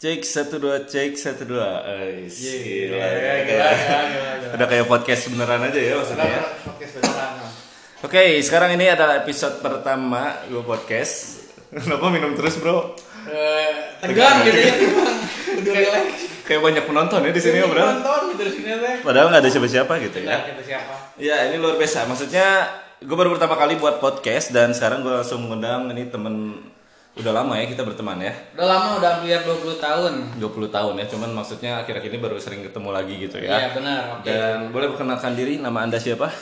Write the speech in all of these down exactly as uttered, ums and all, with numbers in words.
Cek satu dua cek satu dua, Ais, gila, Gila, ya, gila, kayak- gila, gila, gila. udah kayak podcast beneran aja ya maksudnya ya. Podcast beneran. Oke, sekarang ini adalah episode pertama gue podcast. Kenapa minum terus bro? Eh, tegang gitu ya, tegang. Udah relax. Kayak banyak penonton ya di sini ya bro. Nonton gitu di sini teh. Padahal nggak ada siapa-siapa gitu Nah, ya. kita siapa? Ya ini luar biasa. Maksudnya gue baru pertama kali buat podcast dan sekarang gue langsung mengundang ini temen. Udah lama ya kita berteman ya. Udah lama, udah hampir dua puluh tahun. dua puluh tahun ya. Cuman maksudnya akhir-akhir ini baru sering ketemu lagi gitu ya. Iya, benar. Oke. Dan boleh perkenalkan diri, nama Anda siapa?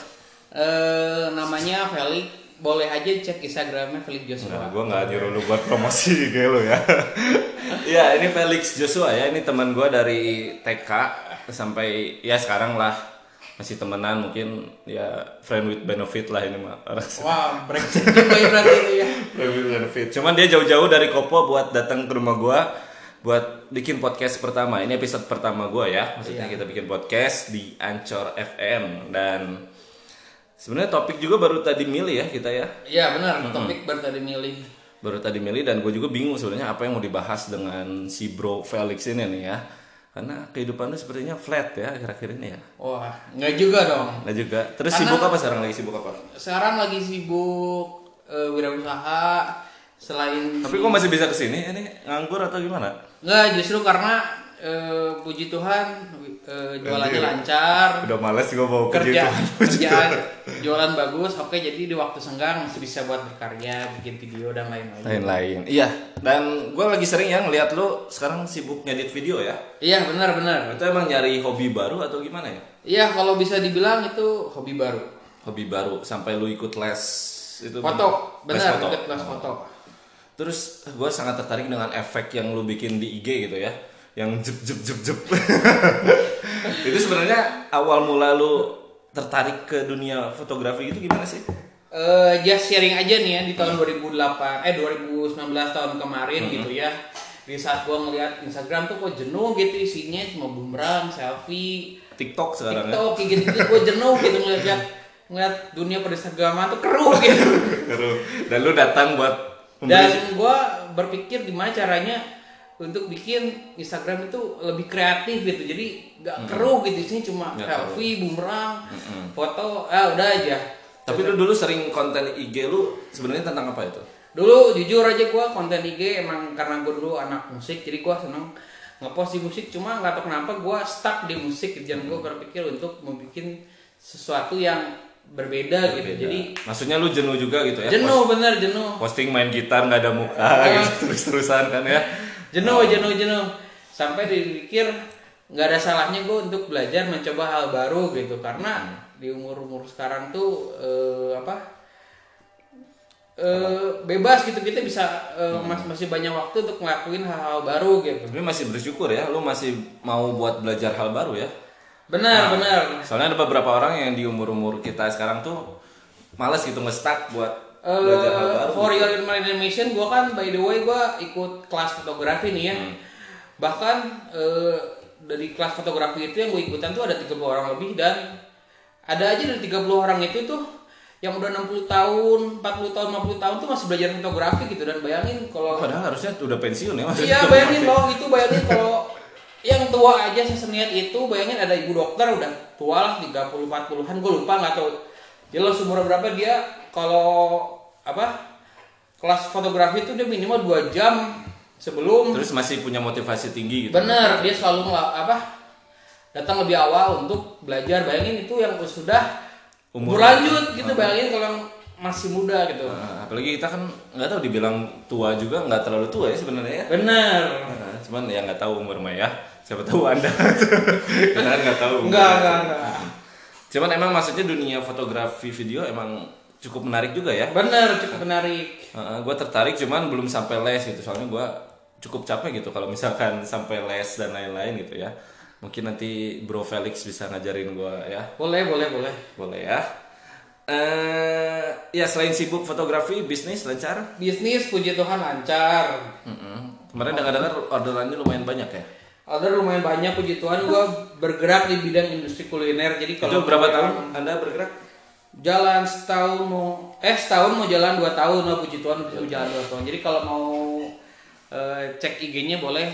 Eh, namanya Felix. Boleh aja cek Instagramnya Felix Joshua. Nah, gue nggak nyuruh lu buat promosi kayak lu ya. Iya, ini Felix Joshua ya. Ini teman gue dari T K sampai ya sekarang lah masih temenan, mungkin ya friend with benefit lah ini mah. Wah, brengsek juga ya berarti itu ya. Friend with benefit. Cuman dia jauh-jauh dari Kopo buat datang ke rumah gue buat bikin podcast pertama. Ini episode pertama gue ya. Maksudnya Iya. kita bikin podcast di Anchor F M dan sebenarnya topik juga baru tadi milih ya kita ya. Iya, benar. Topik baru tadi milih. Baru tadi milih dan gue juga bingung sebenarnya apa yang mau dibahas dengan si Bro Felix ini nih ya. Karena kehidupan lu sepertinya flat ya akhir-akhir ini ya. Wah, enggak juga dong. Nah juga. Terus Karena- sibuk apa sekarang lagi sibuk apa? Sekarang lagi sibuk eh, wirausaha selain Tapi kok masih bisa kesini? Ini nganggur atau gimana? Enggak, justru karena eh, puji Tuhan eh, jualannya Anjir. lancar, Udah males gue mau kerja puji kerjaan Tuhan. jualan bagus. Oke, jadi di waktu senggang masih bisa buat berkarya, bikin video dan lain-lain. Lain-lain. Iya. Dan gue lagi sering ya ngeliat lu sekarang sibuk ngedit video ya. Iya, benar-benar. Itu emang nyari hobi baru atau gimana ya? Iya, kalau bisa dibilang itu hobi baru. Hobi baru sampai lu ikut les itu Foto, les benar, foto. ikut les foto. Terus gue sangat tertarik dengan efek yang lu bikin di I G gitu ya, yang jep jep jep jep. Itu sebenarnya awal mula lu tertarik ke dunia fotografi itu gimana sih? Eh, just sharing aja nih ya di tahun dua ribu delapan eh dua ribu sembilan belas tahun kemarin gitu ya. Di saat gua ngeliat Instagram tuh kok jenuh gitu isinya cuma bumerang, selfie, TikTok sekarang ya. TikTok kayak gitu, gua jenuh gitu ngeliat ngeliat dunia peristagraman tuh keruh gitu. Terus dan lu datang buat memberi- Dan gua berpikir gimana caranya untuk bikin Instagram itu lebih kreatif gitu. Jadi nggak keruh gitu isinya cuma Nggak selfie, bumerang, foto, ah udah aja. Tapi lu dulu sering konten I G lu sebenarnya tentang apa itu? Dulu jujur aja gue konten I G emang karena gue dulu anak musik, jadi gue seneng ngepost di musik. Cuma nggak tahu kenapa gue stuck di musik dan gue berpikir untuk membuat sesuatu yang berbeda, gitu. Beda. Jadi maksudnya lu jenuh juga gitu ya? jenuh, bener jenuh, Post- posting main gitar nggak ada muka gitu terus-terusan kan ya? jenuh, jenuh, jenuh. Sampai dipikir nggak ada salahnya gue untuk belajar mencoba hal baru gitu. Karena di umur-umur sekarang tuh eh, apa? Eh, bebas gitu, kita bisa eh, mas- masih banyak waktu untuk ngelakuin hal-hal baru gitu. Tapi masih bersyukur ya, lu masih mau buat belajar hal baru ya? Benar, Nah, benar. Soalnya ada beberapa orang yang di umur-umur kita sekarang tuh males gitu nge-stuck buat Eh, belajar hal baru. for your information, gue kan by the way gue ikut kelas fotografi nih ya. Hmm. Bahkan eh, dari kelas fotografi itu yang gue ikutan tuh ada tiga puluh orang lebih, dan ada aja dari tiga puluh orang itu tuh yang udah enam puluh tahun, empat puluh tahun, lima puluh tahun tuh masih belajar fotografi gitu. Dan bayangin kalau Padahal harusnya udah pensiun ya maksudnya. iya, bayangin kalau gitu, bayangin kalau yang tua aja seseniat itu, bayangin ada ibu dokter udah tua lah tiga puluh empat puluhan, gue lupa nggak tahu jelas umur berapa dia. Kalau apa kelas fotografi itu dia minimal dua jam sebelum. Terus masih punya motivasi tinggi gitu. Bener, dia selalu ngel- apa datang lebih awal untuk belajar. Bayangin itu yang sudah Umur- umur lanjut gitu, bayangin kalau yang masih muda gitu. Nah, apalagi kita kan nggak tahu dibilang tua juga nggak terlalu tua ya sebenarnya ya. Bener. Nah, cuman ya nggak tahu umur mah ya. Siapa tahu Anda. Karena kan nggak tahu. umur. Enggak, enggak, enggak. Cuman emang maksudnya dunia fotografi video emang cukup menarik juga ya. Bener, cukup menarik. gue tertarik cuman belum sampai les gitu, soalnya gue cukup capek gitu kalau misalkan sampai les dan lain-lain gitu ya. Mungkin nanti Bro Felix bisa ngajarin gue ya. Boleh, boleh, boleh. Boleh ya. Eh ya selain sibuk fotografi, bisnis lancar. Bisnis puji Tuhan lancar. Mm-mm. Kemarin dengar-dengar orderannya lumayan banyak ya. Order lumayan banyak puji Tuhan. Gue bergerak di bidang industri kuliner. Jadi Itu kalau berapa mau tahun Anda bergerak? jalan setahun mau eh setahun mau jalan dua tahun, oh puji Tuhan bisa jalan dua tahun. Jadi kalau mau eh, cek I G-nya boleh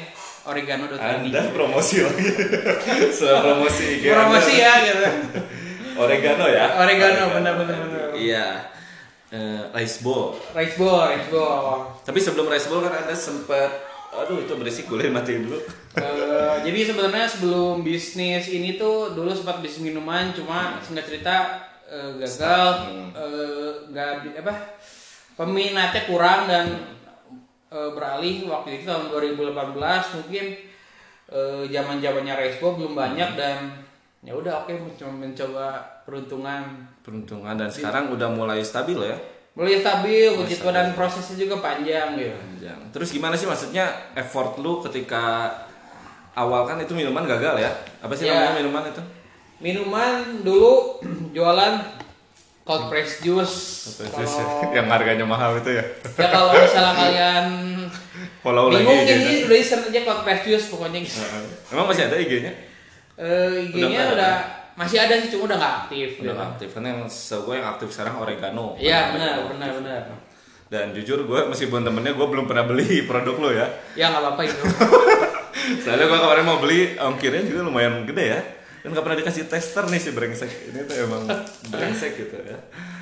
oregano dot i d. Anda promosi lagi. Setelah promosi I G. Promosi ya gitu. Oregano ya. Oregano benar-benar benar. Iya. Uh, rice ball. Rice ball, rice ball. Tapi sebelum rice ball kan Anda sempat, aduh itu berisik, boleh matiin dulu. uh, jadi sebenarnya sebelum bisnis ini tuh dulu sempat bisnis minuman, cuma singkat cerita uh, gagal, nggak hmm. uh, apa peminatnya kurang dan uh, beralih waktu itu tahun dua ribu delapan belas mungkin zaman uh, zamannya rice ball belum banyak hmm. dan ya udah oke okay, mencoba peruntungan peruntungan dan sekarang udah mulai stabil ya. Mulai stabil, puji Tuhan, dan prosesnya juga panjang gitu. Panjang. Terus gimana sih maksudnya effort lu ketika awal kan itu minuman gagal ya? Apa sih ya, namanya minuman itu? Minuman dulu jualan cold press juice. Cold press juice yang harganya mahal itu ya? Ya kalau misalnya kalian follow bingung lagi ini udah search aja cold press juice pokoknya gitu. Emang masih ada I G-nya? Uh, I G-nya udah, udah masih ada sih, cuma udah nggak aktif. Udah nggak aktif, karena yang gue yang aktif sekarang oregano. Iya benar, benar, benar. Dan jujur gue meskipun temennya gue belum pernah beli produk lo ya. Ya nggak apa-apa itu. Soalnya gue kemarin mau beli, ongkirnya juga lumayan gede ya. Dan nggak pernah dikasih tester nih si brengsek. Ini tuh emang brengsek gitu ya.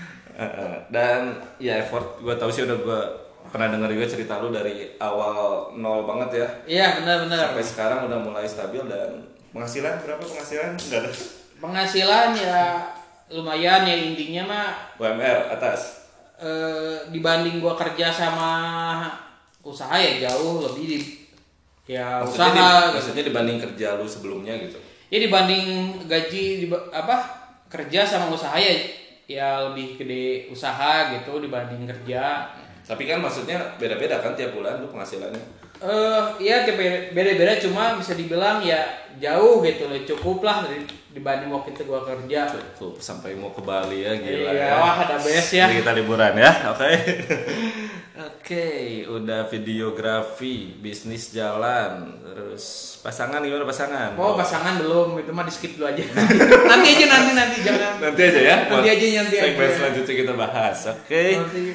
Dan ya effort, gue tahu sih udah gue pernah denger juga cerita lu dari awal nol banget ya. Iya benar-benar. Sampai sekarang udah mulai stabil dan penghasilan berapa penghasilan? Enggak ada. Penghasilan ya lumayan ya, intinya mah U M R atas. E, dibanding gua kerja sama usaha ya jauh lebih di ya maksudnya usaha. Di, gitu. Maksudnya dibanding kerja lu sebelumnya gitu. Ya dibanding gaji di, apa kerja sama usaha ya ya lebih gede usaha gitu dibanding kerja. Tapi kan maksudnya beda-beda kan tiap bulan tuh penghasilannya. Eh uh, iya beda-beda, cuma bisa dibilang ya jauh gitu loh, cukup lah dari dibanding waktu itu gua kerja. Cukup sampai mau ke Bali ya, gila. Iya, ya. Wah ada best ya. Jadi kita liburan ya, oke. Okay. Oke, okay, udah videografi, bisnis jalan, terus pasangan gimana pasangan? Oh pasangan belum, itu mah di skip dulu aja. Nanti aja nanti nanti jangan. Nanti aja ya. Nanti aja nanti aja. Segmen selanjutnya kita bahas, oke? Okay?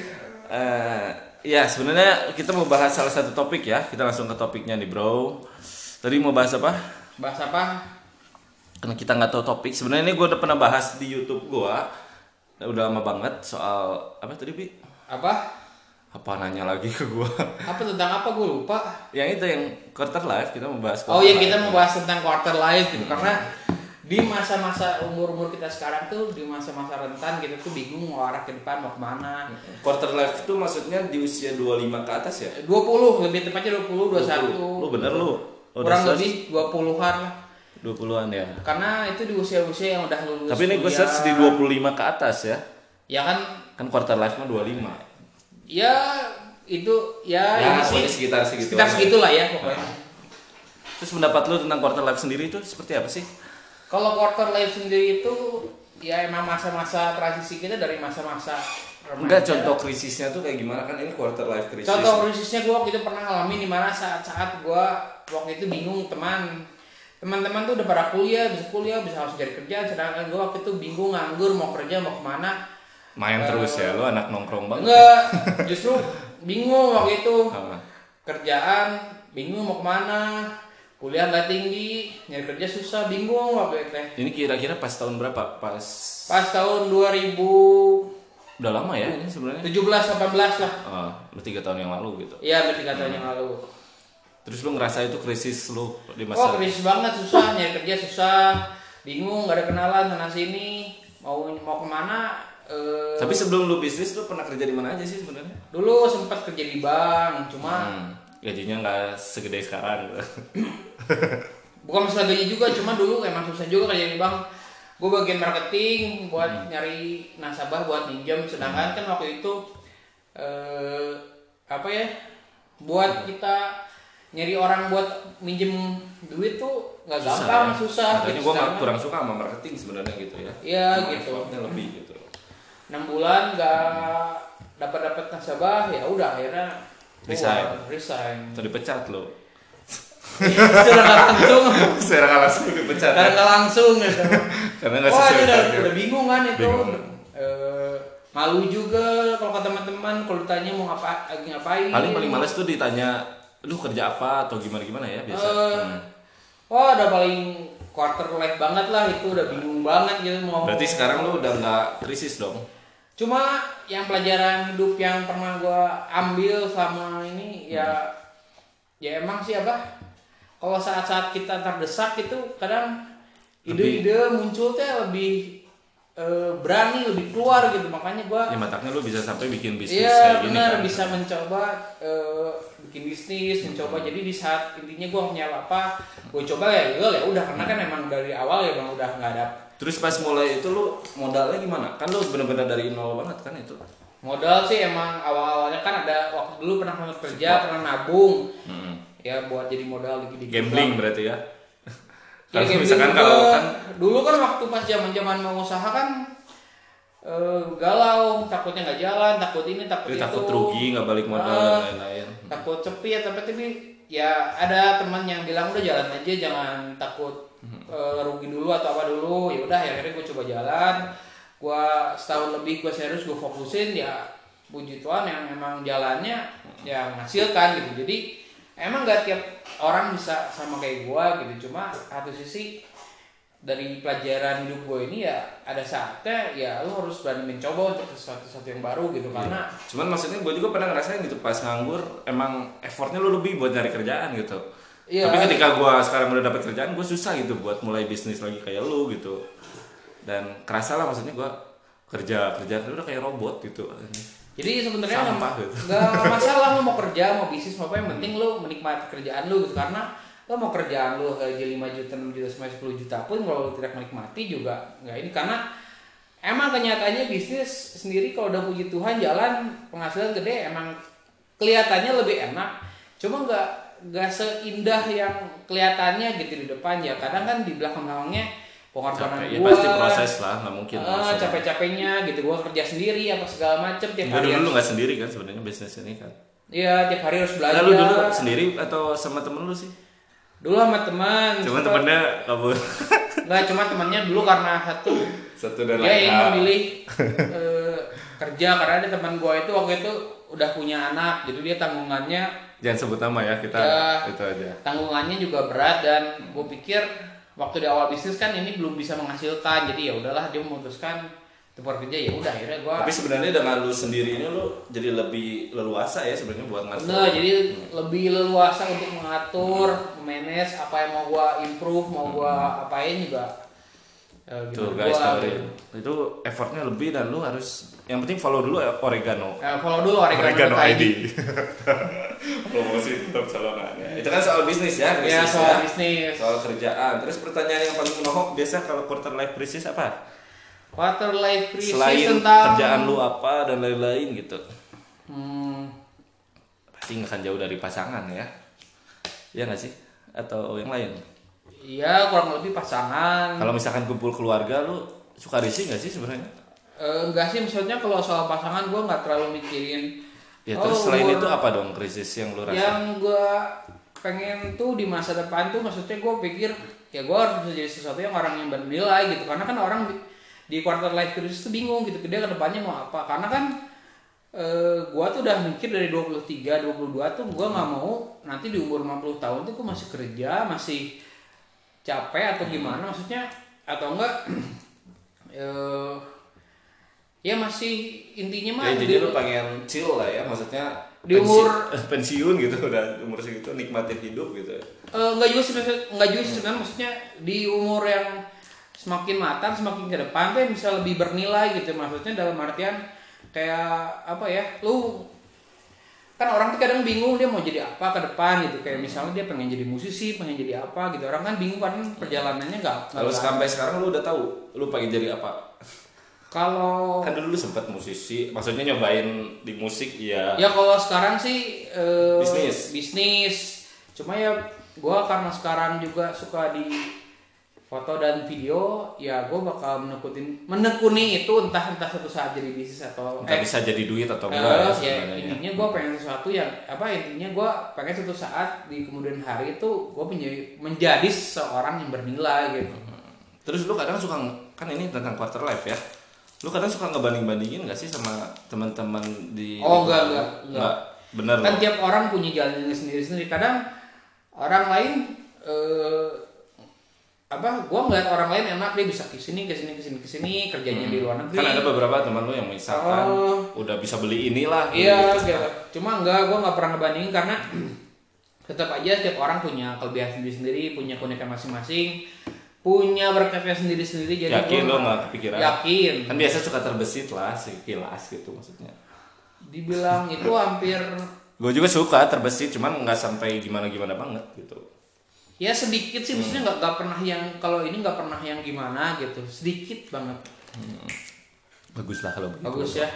Uh, ya sebenarnya kita mau bahas salah satu topik ya. Kita langsung ke topiknya nih bro. Tadi mau bahas apa? Bahas apa? Karena kita nggak tahu topik. Sebenarnya ini gue udah pernah bahas di YouTube gue. Udah lama banget soal apa tadi Bi? Apa? Apa nanya lagi ke gue? Apa tentang apa gue lupa. Yang itu yang quarter life kita mau bahas. Oh iya kita mau bahas tentang quarter life gitu. Hmm. Karena di masa-masa umur-umur kita sekarang tuh di masa-masa rentan kita tuh bingung mau arah ke depan mau kemana. Quarter life itu maksudnya di usia dua puluh lima ke atas ya? dua puluh lebih tepatnya dua puluh, dua puluh satu. Lu bener lu. Kurang lebih dua puluhan lah. dua puluhan ya. Karena itu di usia-usia yang udah lulus. Tapi ini gue search di dua puluh lima ke atas ya. Ya kan kan quarter life mah dua puluh lima. Ya itu ya, ya ini sih sekitar segitu. Sekitar segitulah ya pokoknya. Terus pendapat lu tentang quarter life sendiri itu seperti apa sih? Kalau quarter life sendiri itu ya emang masa-masa transisi kita dari masa-masa remaja. Enggak, contoh krisisnya tuh kayak gimana kan ini quarter life krisis. Contoh krisisnya gue waktu itu pernah ngalamin di mana saat-saat gue waktu itu bingung teman teman-teman tuh udah pada kuliah, bisa kuliah, bisa harus cari kerjaan, sedangkan gue waktu itu bingung nganggur mau kerja mau kemana. Main uh, terus ya, lu anak nongkrong banget. Enggak, justru bingung waktu itu kerjaan, bingung mau kemana. Kuliah nggak tinggi, nyari kerja susah, bingung waktu itu. Ini kira-kira pas tahun berapa? Pas Pas tahun dua ribu. Udah lama ya ini sebenarnya. tujuh belas delapan belas lah. Oh, lu tiga tahun yang lalu gitu. Iya, tiga tahun hmm. yang lalu. Terus lu ngerasa itu krisis lu di masa? Oh, krisis banget, susah, nyari kerja susah, bingung, nggak ada kenalan sana sini, mau mau kemana? Uh, Tapi sebelum lu bisnis lu pernah kerja di mana aja sih sebenarnya? Dulu sempat kerja di bank, cuma hmm. gajinya nggak segede sekarang. Bukan masalah gaji juga, cuma dulu emang susah juga kerja di bank. Gue bagian marketing buat hmm. nyari nasabah buat minjem, sedangkan hmm. kan waktu itu eh, apa ya, buat kita nyari orang buat minjem duit tuh nggak gampang, susah. Makanya gue kurang suka sama marketing sebenarnya gitu ya. Iya gitu. Lebih gitu. enam bulan nggak dapat dapat nasabah, ya udah akhirnya resign. Resign. Atau dipecat lo. Secara nggak langsung. Secara nggak langsung dipecat. Secara nggak langsung gitu. Karena nggak sesuai. Wah, udah, udah bingung kan itu. Bingung. E, malu juga kalau kata teman-teman kalau ditanya mau ngapa, lagi ngapain. Paling paling males tuh ditanya lu kerja apa atau gimana gimana ya biasa? Uh, hmm. Oh udah paling quarter life banget lah itu, udah bingung banget gitu mau. Berarti sekarang lu udah nggak krisis dong? Cuma yang pelajaran hidup yang pernah gue ambil selama ini hmm. ya ya emang sih apa? Kalau saat-saat kita terdesak itu kadang ide-ide muncul teh lebih uh, berani, lebih keluar gitu, makanya gue. Ya mataknya lu bisa sampai bikin bisnis iya, kayak gini bener, kan? bisa mencoba uh, bikin bisnis, mencoba. Jadi di saat intinya gue punya apa, gue coba ya, ya udah karena kan emang dari awal ya bang udah nggak ada. Terus pas mulai itu lu modalnya gimana? Kan lu bener-bener dari nol banget kan itu? Modal sih emang awal-awalnya kan ada waktu dulu pernah kerja, pernah nabung, hmm. ya buat jadi modal dikit-dikit. Gambling berarti ya? Ya gambling misalkan juga, kalau kan dulu kan waktu pas zaman-zaman mau usaha kan uh, galau, takutnya nggak jalan, takut ini, takut Jadi itu. Takut rugi, nggak balik modal uh, dan lain-lain. Takut sepi ya, tapi tapi ya ada teman yang bilang udah jalan aja, jangan takut hmm. uh, rugi dulu atau apa dulu. Ya udah, akhirnya gue coba jalan. Gue setahun lebih gue serius, gue fokusin ya, puji Tuhan yang memang jalannya yang menghasilkan gitu. Jadi emang gak tiap orang bisa sama kayak gue gitu, cuma satu sisi dari pelajaran hidup gue ini ya ada saatnya ya lu harus berani mencoba untuk sesuatu-sesuatu yang baru gitu. Karena ya. Cuman maksudnya gue juga pernah ngerasain gitu pas nganggur emang effortnya lu lebih buat nyari kerjaan gitu ya. Tapi ketika gue sekarang udah dapet kerjaan gue susah gitu buat mulai bisnis lagi kayak lu gitu. Dan kerasa lah maksudnya gue kerja kerja udah kayak robot gitu. Jadi sebenarnya nggak gitu. masalah lu mau kerja mau bisnis mau apa, yang penting lu menikmati kerjaan lu gitu. Karena lu mau kerjaan lu gaji lima juta enam juta sampai sepuluh juta pun kalau lu tidak menikmati juga nggak ini. Karena emang kenyataannya bisnis sendiri kalau udah puji Tuhan jalan penghasilan gede emang kelihatannya lebih enak. Cuma nggak nggak seindah yang kelihatannya gitu di depan ya. Kadang kan di belakang-belakangnya pengorbanan gue ya pasti proses lah, nggak mungkin uh, capek-capeknya gitu. Gue kerja sendiri apa segala macem tiap hari. Dulu lu nggak sendiri kan sebenarnya bisnis ini kan? Iya, tiap hari harus belajar. Lalu dulu sendiri atau sama temen lu sih? Dulu sama teman. Cuma temennya kabur. Nggak, cuma temennya dulu karena satu satu dan dia ingin memilih uh, kerja karena ada teman gue itu waktu itu udah punya anak, jadi dia tanggungannya. Jangan sebut nama ya, kita ya, itu aja. Tanggungannya juga berat dan gue pikir waktu di awal bisnis kan ini belum bisa menghasilkan, jadi ya udahlah dia memutuskan untuk kerja. Ya udah akhirnya gue. Tapi sebenarnya dengan lu sendiri ini lu jadi lebih leluasa ya sebenarnya buat ngatur. Nah, jadi hmm. lebih leluasa untuk mengatur, hmm. manage apa yang mau gue improve, mau gue hmm. apain juga. Ya, tuh guys, gitu. Itu effortnya lebih dan lu harus yang penting follow dulu ya Oregano. Eh, follow dulu Oregano, Oregano I D. Promosi tetap calonannya. Itu kan soal bisnis ya, bisnis ya, soal ya. bisnis, soal kerjaan. Terus pertanyaan yang paling menohok biasa kalau quarter life crisis apa? Quarter life crisis selain tentang kerjaan lu apa dan lain-lain gitu. Hmm. Pasti nggak akan jauh dari pasangan ya. Iya nggak sih? Atau yang lain? Iya, kurang lebih pasangan. Kalau misalkan kumpul keluarga, lu suka risih nggak sih sebenarnya? E, enggak sih, maksudnya kalau soal pasangan gue nggak terlalu mikirin. Ya terus oh, selain umur, itu apa dong krisis yang lu rasa? Yang gue pengen tuh di masa depan tuh, maksudnya gue pikir ya gue harus bisa jadi sesuatu yang orang yang bernilai gitu. Karena kan orang di, di quarter life crisis tuh bingung gitu, dia ke depannya mau apa. Karena kan e, gue tuh udah mikir dari dua puluh tiga, dua puluh dua tuh gue nggak mau nanti di umur lima puluh tahun tuh gue masih kerja, masih capek atau gimana maksudnya, atau enggak e, ya masih intinya mah ya, jadi lu pengen chill lah ya, maksudnya di umur pensiun, pensiun gitu, udah umur segitu nikmatin hidup gitu ya. E, enggak juga sebenarnya, enggak juga sebenarnya maksudnya di umur yang semakin matang, semakin ke depan tuh bisa lebih bernilai gitu, maksudnya dalam artian kayak apa ya, lu kan orang tuh kadang bingung dia mau jadi apa ke depan gitu, kayak misalnya dia pengen jadi musisi, pengen jadi apa gitu, orang kan bingung kan perjalanannya nggak. Kalau sampai sekarang lu udah tahu lu pengen jadi apa? Kalau kan dulu sempat musisi, maksudnya nyobain di musik ya. Ya kalau sekarang sih uh, bisnis, bisnis. Cuma ya gua karena sekarang juga suka di foto dan video, ya gue bakal menekutin menekuni itu entah entah suatu saat jadi bisnis atau entah eh, bisa jadi duit atau enggak. Uh, ya, ya intinya gue pengen sesuatu yang apa intinya gue pengen suatu saat di kemudian hari itu gue menjadi menjadi seorang yang bernilai gitu. Terus lu kadang suka kan ini tentang quarter life ya. Lu kadang suka ngebanding-bandingin nggak sih sama teman-teman di Oh enggak enggak enggak. Bener kan loh. tiap orang punya jalannya sendiri-sendiri. Kadang orang lain eh, apa gua ngeliat orang lain enak, dia bisa ke sini ke sini ke sini ke sini kerjanya Hmm. di luar negeri. Kan ada beberapa teman lu yang misalkan Oh. udah bisa beli inilah Iya gitu. gitu. Cuma enggak, gua nggak pernah ngebandingin karena tetap aja setiap orang punya kelebihan sendiri-sendiri, punya keunikan masing-masing, punya berkatnya sendiri-sendiri. Jadi Yakin gua lo nggak kepikiran? Yakin. Kan biasa suka terbesit lah sekilas gitu maksudnya. Dibilang itu hampir Gue juga suka terbesit, cuman nggak sampai gimana-gimana banget gitu. ya sedikit sih, maksudnya nggak nggak pernah yang kalau ini nggak pernah yang gimana gitu, sedikit banget. Hmm. Bagus lah kalau begitu. Bagus ya.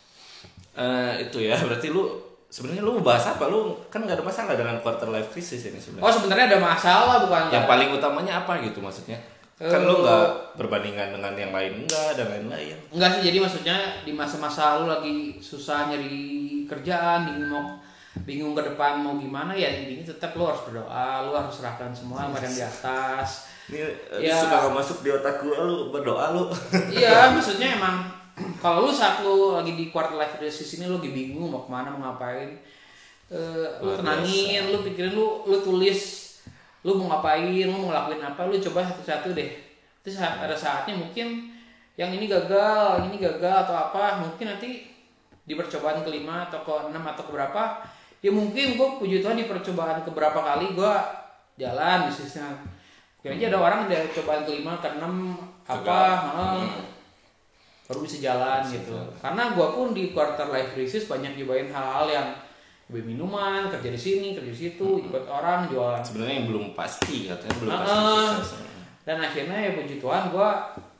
Eh, itu ya, berarti lu sebenarnya lu mau bahas apa? Lu kan nggak ada masalah dengan quarter life crisis ini sebenarnya. Oh sebenarnya ada masalah bukan? Yang paling utamanya apa gitu maksudnya? Kan lu nggak berbandingan dengan yang lain enggak dan lain-lain. Enggak sih, jadi maksudnya di masa-masa lu lagi susah nyari kerjaan, bingung mau bingung ke depan mau gimana ya, intinya tetap lu harus berdoa, lu harus serahkan semua sama yang di atas. Ini Ya. suka nggak masuk di otak gua, lu berdoa lu. Iya, maksudnya emang kalau lu saat lu lagi di quarter life crisis ini lu lagi bingung mau kemana mau ngapain, eh, lu Luar tenangin, lu pikirin, lu lu tulis lu mau ngapain, lu mau ngelakuin apa, lu coba satu-satu deh. Terus saat ada saatnya mungkin yang ini gagal, yang ini gagal atau apa, mungkin nanti di percobaan kelima atau ke enam atau ke berapa, ya mungkin gue puji Tuhan di percobaan ke berapa kali gue jalan bisnisnya. Mungkin aja ada orang dari cobaan kelima ke enam apa, hmm. baru bisa jalan bisa gitu. Jalan. Karena gue pun di quarter life crisis banyak nyobain hal-hal yang beli minuman, kerja di sini, kerja di situ, hmm. ikut orang jualan. Sebenarnya yang belum pasti katanya belum uh, pasti sukses. Dan akhirnya ya puji Tuhan gue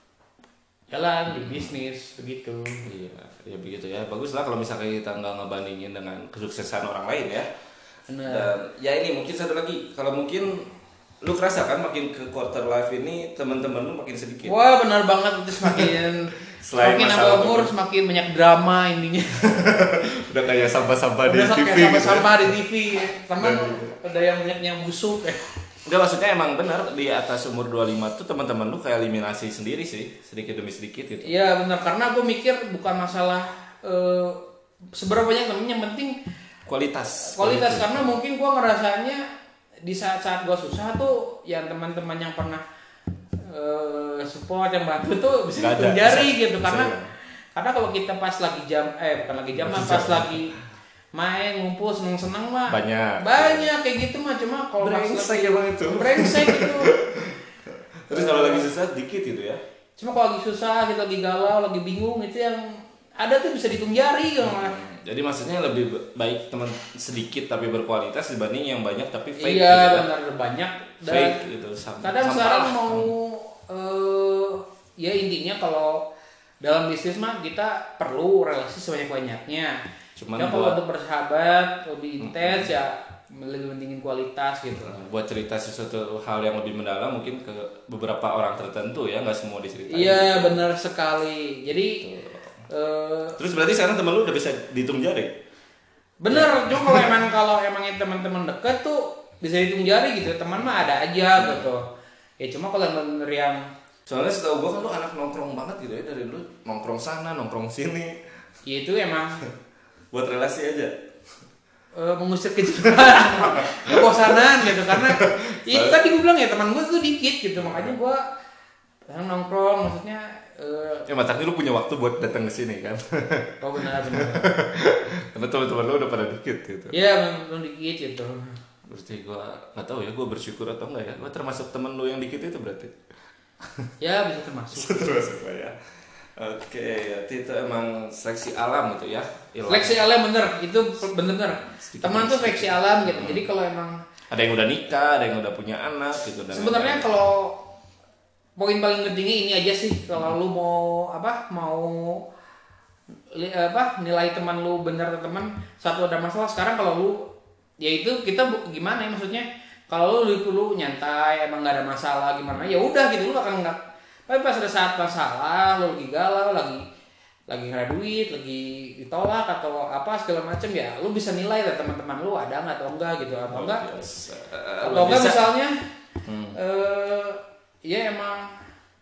jalan di bisnis begitu. Iya, ya begitu ya. Bagus lah kalau misalnya kita nggak ngebandingin dengan kesuksesan orang lain ya. Bener. Dan ya ini mungkin satu lagi, kalau mungkin lu kerasa kan makin ke quarter life ini teman-teman lu makin sedikit. Wah benar banget, itu semakin semakin nambah umur itu. Semakin banyak drama intinya. Udah kayak sampah-sampah di Udah T V kayak gitu. Sampah-sampah di T V. Teman ada yang banyak yang busuk. Enggak, maksudnya emang benar di atas umur dua puluh lima tuh teman-teman lu kayak eliminasi sendiri sih, sedikit demi sedikit gitu. Iya benar, karena gue mikir bukan masalah uh, seberapa banyak temen, yang penting kualitas. Kualitas, kualitas. Karena mungkin gue ngerasanya di saat-saat gue susah tuh yang teman-teman yang pernah uh, support, yang bantu tuh bisa hitung jari bisa, gitu bisa, karena bisa. Karena kalau kita pas lagi jam eh bukan lagi jam, pas jam. lagi main ngumpul seneng-seneng mah banyak banyak kayak gitu mah, cuma kalau brengsek ya bang itu brengsek gitu. Terus kalau lagi susah dikit gitu ya, cuma kalau lagi susah, kita lagi galau, lagi bingung, itu yang ada tuh bisa dihitung jari gitu. hmm. Jadi maksudnya lebih baik teman sedikit tapi berkualitas dibanding yang banyak tapi fake. Iya gitu, benar kan? Banyak dan fake gitu. Sam- kadang sekarang mau uh, ya intinya kalau dalam bisnis mah kita perlu relasi sebanyak-banyaknya. Cuman ya kalau untuk bersahabat lebih intens hmm. ya lebih pentingin kualitas gitu. Buat cerita sesuatu hal yang lebih mendalam mungkin ke beberapa orang tertentu ya, nggak semua diceritain. Iya benar sekali. Jadi uh, terus berarti sekarang temen lu udah bisa dihitung jari? Bener, ya. Cuma kalau emang kalau emang teman-teman deket tuh bisa dihitung jari gitu. Teman mah ada aja hmm. gitu. Ya cuma kalau yang bener yang soalnya setahu gua kan lu anak nongkrong banget gitu ya, dari dulu nongkrong sana nongkrong sini. Ya itu emang buat relasi aja, uh, mengusir kejenuhan, kebosanan gitu, karena itu tadi gue bilang ya teman gue tuh dikit gitu, makanya gue kadang nongkrong, maksudnya uh, ya matanya lu punya waktu buat datang ke sini kan. Oh benar benar. Karena teman-teman lu udah pada dikit gitu. Iya belum dikit gitu. Berarti gue nggak tahu ya, gue bersyukur atau enggak ya, gue termasuk temen lu yang dikit itu berarti. Ya bisa termasuk. Termasuk lah ya. Oke, berarti itu emang seleksi alam gitu ya. Ilang. Seleksi alam bener, itu bener-bener. Teman tuh seleksi alam gitu. Hmm. Jadi kalau emang ada yang udah nikah, ada yang udah punya anak gitu. Sebenarnya kalau poin paling pentingnya ini aja sih, kalau hmm. lu mau apa, mau li, apa nilai teman lu bener atau teman, satu ada masalah sekarang kalau lu, ya itu kita gimana ya maksudnya, kalau lu dulu nyantai, emang nggak ada masalah gimana, ya udah gitu, lu akan nggak. Tapi pas ada saat masalah, lo lagi galau, lagi lagi nggak ada duit, lagi ditolak atau apa segala macam, ya lo bisa nilai lah teman-teman lo ada nggak atau enggak gitu, atau enggak uh, atau enggak misalnya hmm. uh, ya emang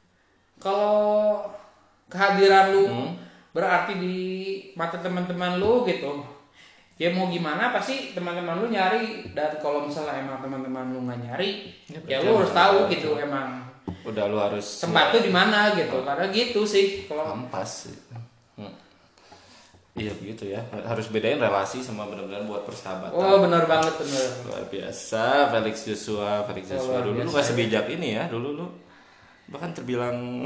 kalau kehadiran lo hmm. berarti di mata teman-teman lo gitu, ya mau gimana pasti teman-teman lu nyari, dan kalau misalnya emang teman-teman lu nggak nyari ya, ya lu harus tahu gitu itu. Emang udah lu harus tempat tuh di mana gitu, karena gitu sih kalau ampas sih. Hmm. Iya begitu ya, harus bedain relasi sama benar-benar buat persahabatan. Oh benar banget, benar. Luar biasa Felix Joshua, Felix Joshua oh, dulu lu gak sebijak ya. Ini ya, dulu lu bahkan terbilang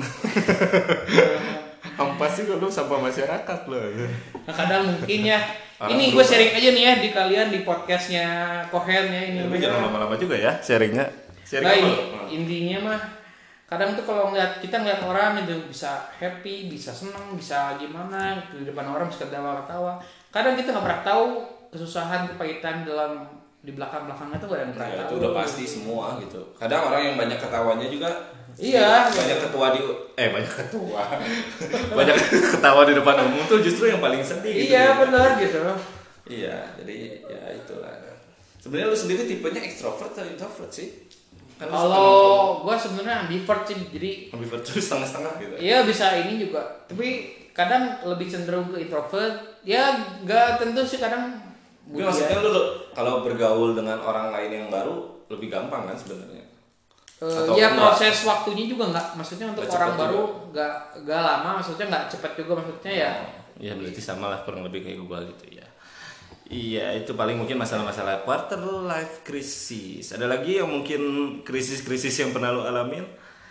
ampas juga lu sama masyarakat lo. Nah, kadang mungkin ya. Ini gue sharing aja nih ya di kalian di podcastnya Kohen ya ini. Ya, jangan lama-lama juga ya sharingnya. Sharing nah, ini, intinya mah kadang tuh kalau ngeliat kita ngeliat orang itu bisa happy, bisa seneng, bisa gimana gitu, di depan orang bisa ketawa-ketawa. Kadang kita nggak pernah tahu kesusahan, kepahitan dalam di belakang-belakangnya tuh gak ada yang pernah ya, tahu. Itu udah pasti semua gitu. Kadang orang yang banyak ketawanya juga. Iya. Banyak ketua di eh banyak ketua. banyak ketawa di depan umum tuh justru yang paling sedih. Gitu, iya ya. Benar gitu. Iya, jadi ya itulah. Sebenarnya lu sendiri tipenya extrovert atau introvert sih? Kalau gue sebenarnya ambivert sih, jadi ambivert tuh setengah-setengah gitu. Iya bisa ini juga, tapi kadang lebih cenderung ke introvert. Ya nggak tentu sih kadang. Tapi maksudnya lu kalau bergaul dengan orang lain yang baru lebih gampang kan sebenarnya? Uh, ya proses enggak? Waktunya juga nggak, maksudnya untuk gak orang baru nggak nggak lama, maksudnya nggak cepat juga maksudnya ya. Iya berarti sama lah kurang lebih kayak gue gitu ya. Iya, itu paling mungkin masalah-masalah quarter life crisis. Ada lagi yang mungkin krisis-krisis yang pernah lo alamin?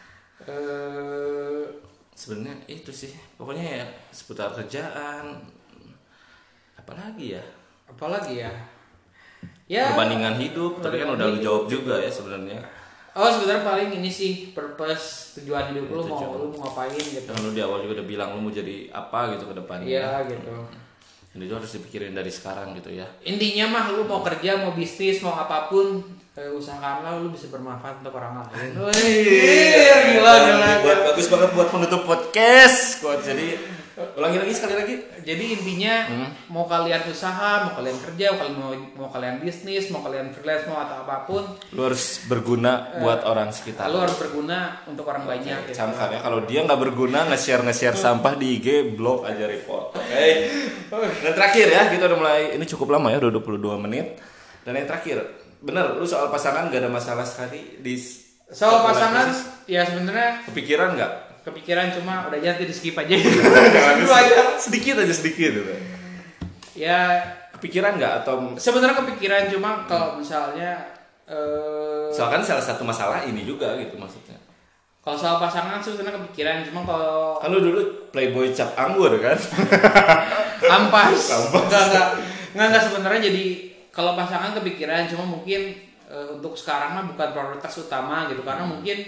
Uh, Sebenarnya itu sih. Pokoknya ya seputar kerjaan. Apalagi ya? Apalagi ya? Ya. Perbandingan hidup. Tapi kan udah lo jawab juga ya sebenarnya. Oh sebenarnya paling ini sih purpose tujuan hidup lo, mau lo mau ngapain gitu. Kan lo di awal juga udah bilang lo mau jadi apa gitu ke depannya. Iya gitu. Ini juga harus dipikirin dari sekarang gitu ya. Intinya mah lu mau kerja, mau bisnis, mau apapun, eh, usahakanlah lu bisa bermanfaat untuk orang lain. Wih, gila, gila. Buat bagus banget buat penutup podcast. Buat jadi ulangi lagi sekali lagi. Jadi intinya hmm? mau kalian usaha, mau kalian kerja, mau kalian mau, mau kalian bisnis, mau kalian freelance, mau atau apapun, lu harus berguna uh, buat orang sekitar. Lu harus berguna untuk orang okay. banyak. Gitu. Camkan ya, kalau dia nggak berguna nge-share nge-share hmm. sampah di I G, blok aja report. Oke. Okay. Dan terakhir ya, kita udah mulai, ini cukup lama ya, udah dua puluh dua menit. Dan yang terakhir, bener, lu soal pasangan gak ada masalah sekali di soal pasangan, ya sebenarnya kepikiran nggak? Kepikiran cuma udah jangan di skip aja. Jangan aja. Sedikit aja sedikit gitu. Ya kepikiran nggak atau? Sebenarnya kepikiran cuma kalau misalnya. Uh, Soalnya salah satu masalah ini juga gitu maksudnya. Kalau soal pasangan sebenarnya kepikiran cuma kalau. Kalau dulu playboy cap anggur kan? Ampas. Ampas. Enggak enggak enggak, enggak sebenarnya jadi kalau pasangan kepikiran cuma mungkin uh, untuk sekarang mah bukan prioritas utama gitu karena hmm. mungkin.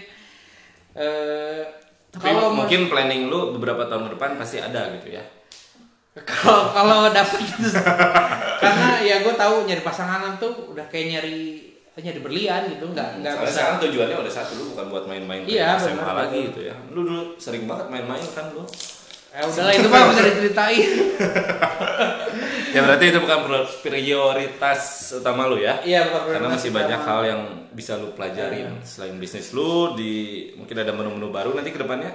Uh, Tapi kalau mungkin mas- planning lu beberapa tahun ke depan pasti ada gitu ya. Kalau kalau dapet gitu. Karena ya gue tahu nyari pasangan tuh udah kayak nyari nyari berlian gitu, enggak enggak bisa. Sekarang tujuannya udah satu, lu bukan buat main-main iya, S M A bener, lagi gitu ya. Lu dulu sering banget main-main kan lu. Ya udahlah itu mah bisa diceritain. Ya berarti itu bukan prioritas utama lu ya? Iya bukan prioritas. Karena masih utama. Banyak hal yang bisa lu pelajarin ya. Selain bisnis lu, di mungkin ada menu-menu baru nanti ke depannya.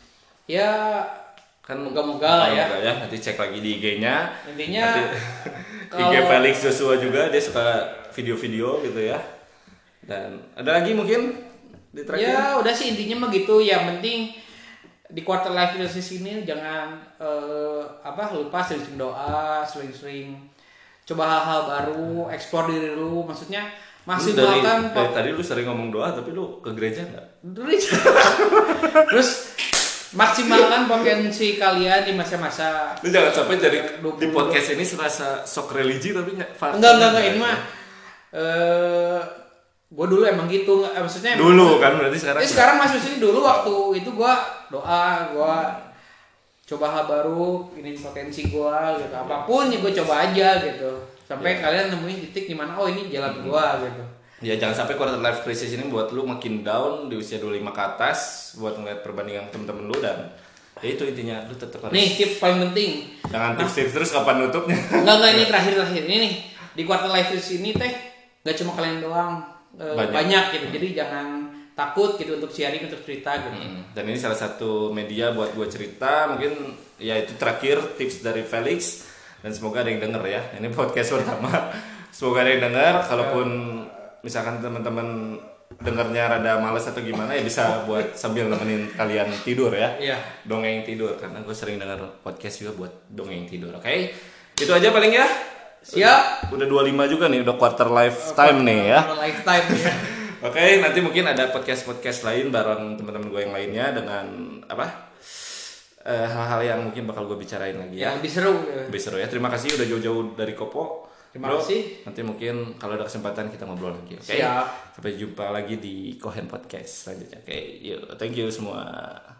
Ya kan moga-moga lah ya. ya. Nanti cek lagi di I G-nya. Intinya nanti, kalau... I G Felix Joshua juga dia suka video-video gitu ya. Dan ada lagi mungkin di terakhir? Ya udah sih intinya mah gitu. Yang penting di quarter life crisis ini jangan uh, apa lupa sering-sering doa, sering-sering coba hal-hal baru, eksplor diri lu, maksudnya masih dari, melakukan dari tadi lu sering ngomong doa tapi lu ke gereja nggak? Terus maksimalkan potensi kalian di masa-masa. Lu jangan sampai jadi di podcast ini serasa sok religi tapi nggak. Enggak enggak enggak ini mah. Eh gue dulu emang gitu, maksudnya dulu kan berarti sekarang. Eh, sekarang masih sini dulu waktu itu gue doa, gue coba hal baru, ini potensi gue gitu, apapun ya gue coba aja gitu, sampai ya. Kalian nemuin titik dimana oh ini jalan gue gitu. Ya jangan sampai quarter life crisis ini buat lu makin down di usia dua puluh lima ke atas, buat ngeliat perbandingan temen-temen lu dan ya itu intinya lu tetap harus. Nih tips paling penting. Jangan nah, tips-tips terus kapan nutupnya. Enggak enggak ini terakhir terakhir ini nih di quarter life crisis ini teh nggak cuma kalian doang. Banyak. banyak gitu, jadi jangan takut gitu untuk sharing, untuk cerita gitu. Hmm. Dan ini salah satu media buat gue cerita, mungkin ya itu terakhir tips dari Felix. dan semoga ada yang denger ya. Ini podcast pertama. Semoga ada yang denger. Kalaupun misalkan teman-teman dengernya rada males atau gimana ya bisa buat sambil nemenin kalian tidur ya. Iya. Dongeng tidur karena gue sering denger podcast juga buat dongeng tidur. Oke. Okay? Itu aja paling ya. Siap. Udah dua puluh lima juga nih, udah quarter lifetime nih ya. Quarter lifetime ya. Oke, okay, nanti mungkin ada podcast-podcast lain bareng teman-teman gue yang lainnya dengan apa? Uh, hal-hal yang mungkin bakal gue bicarain lagi ya. Ya, lebih seru. Lebih seru ya. Terima kasih udah jauh-jauh dari Kopo. Terima Bro, kasih. Nanti mungkin kalau ada kesempatan kita ngobrol lagi. Oke. Okay? Siap. Sampai jumpa lagi di Kohen Podcast selanjutnya. Oke, okay, yuk. Thank you semua.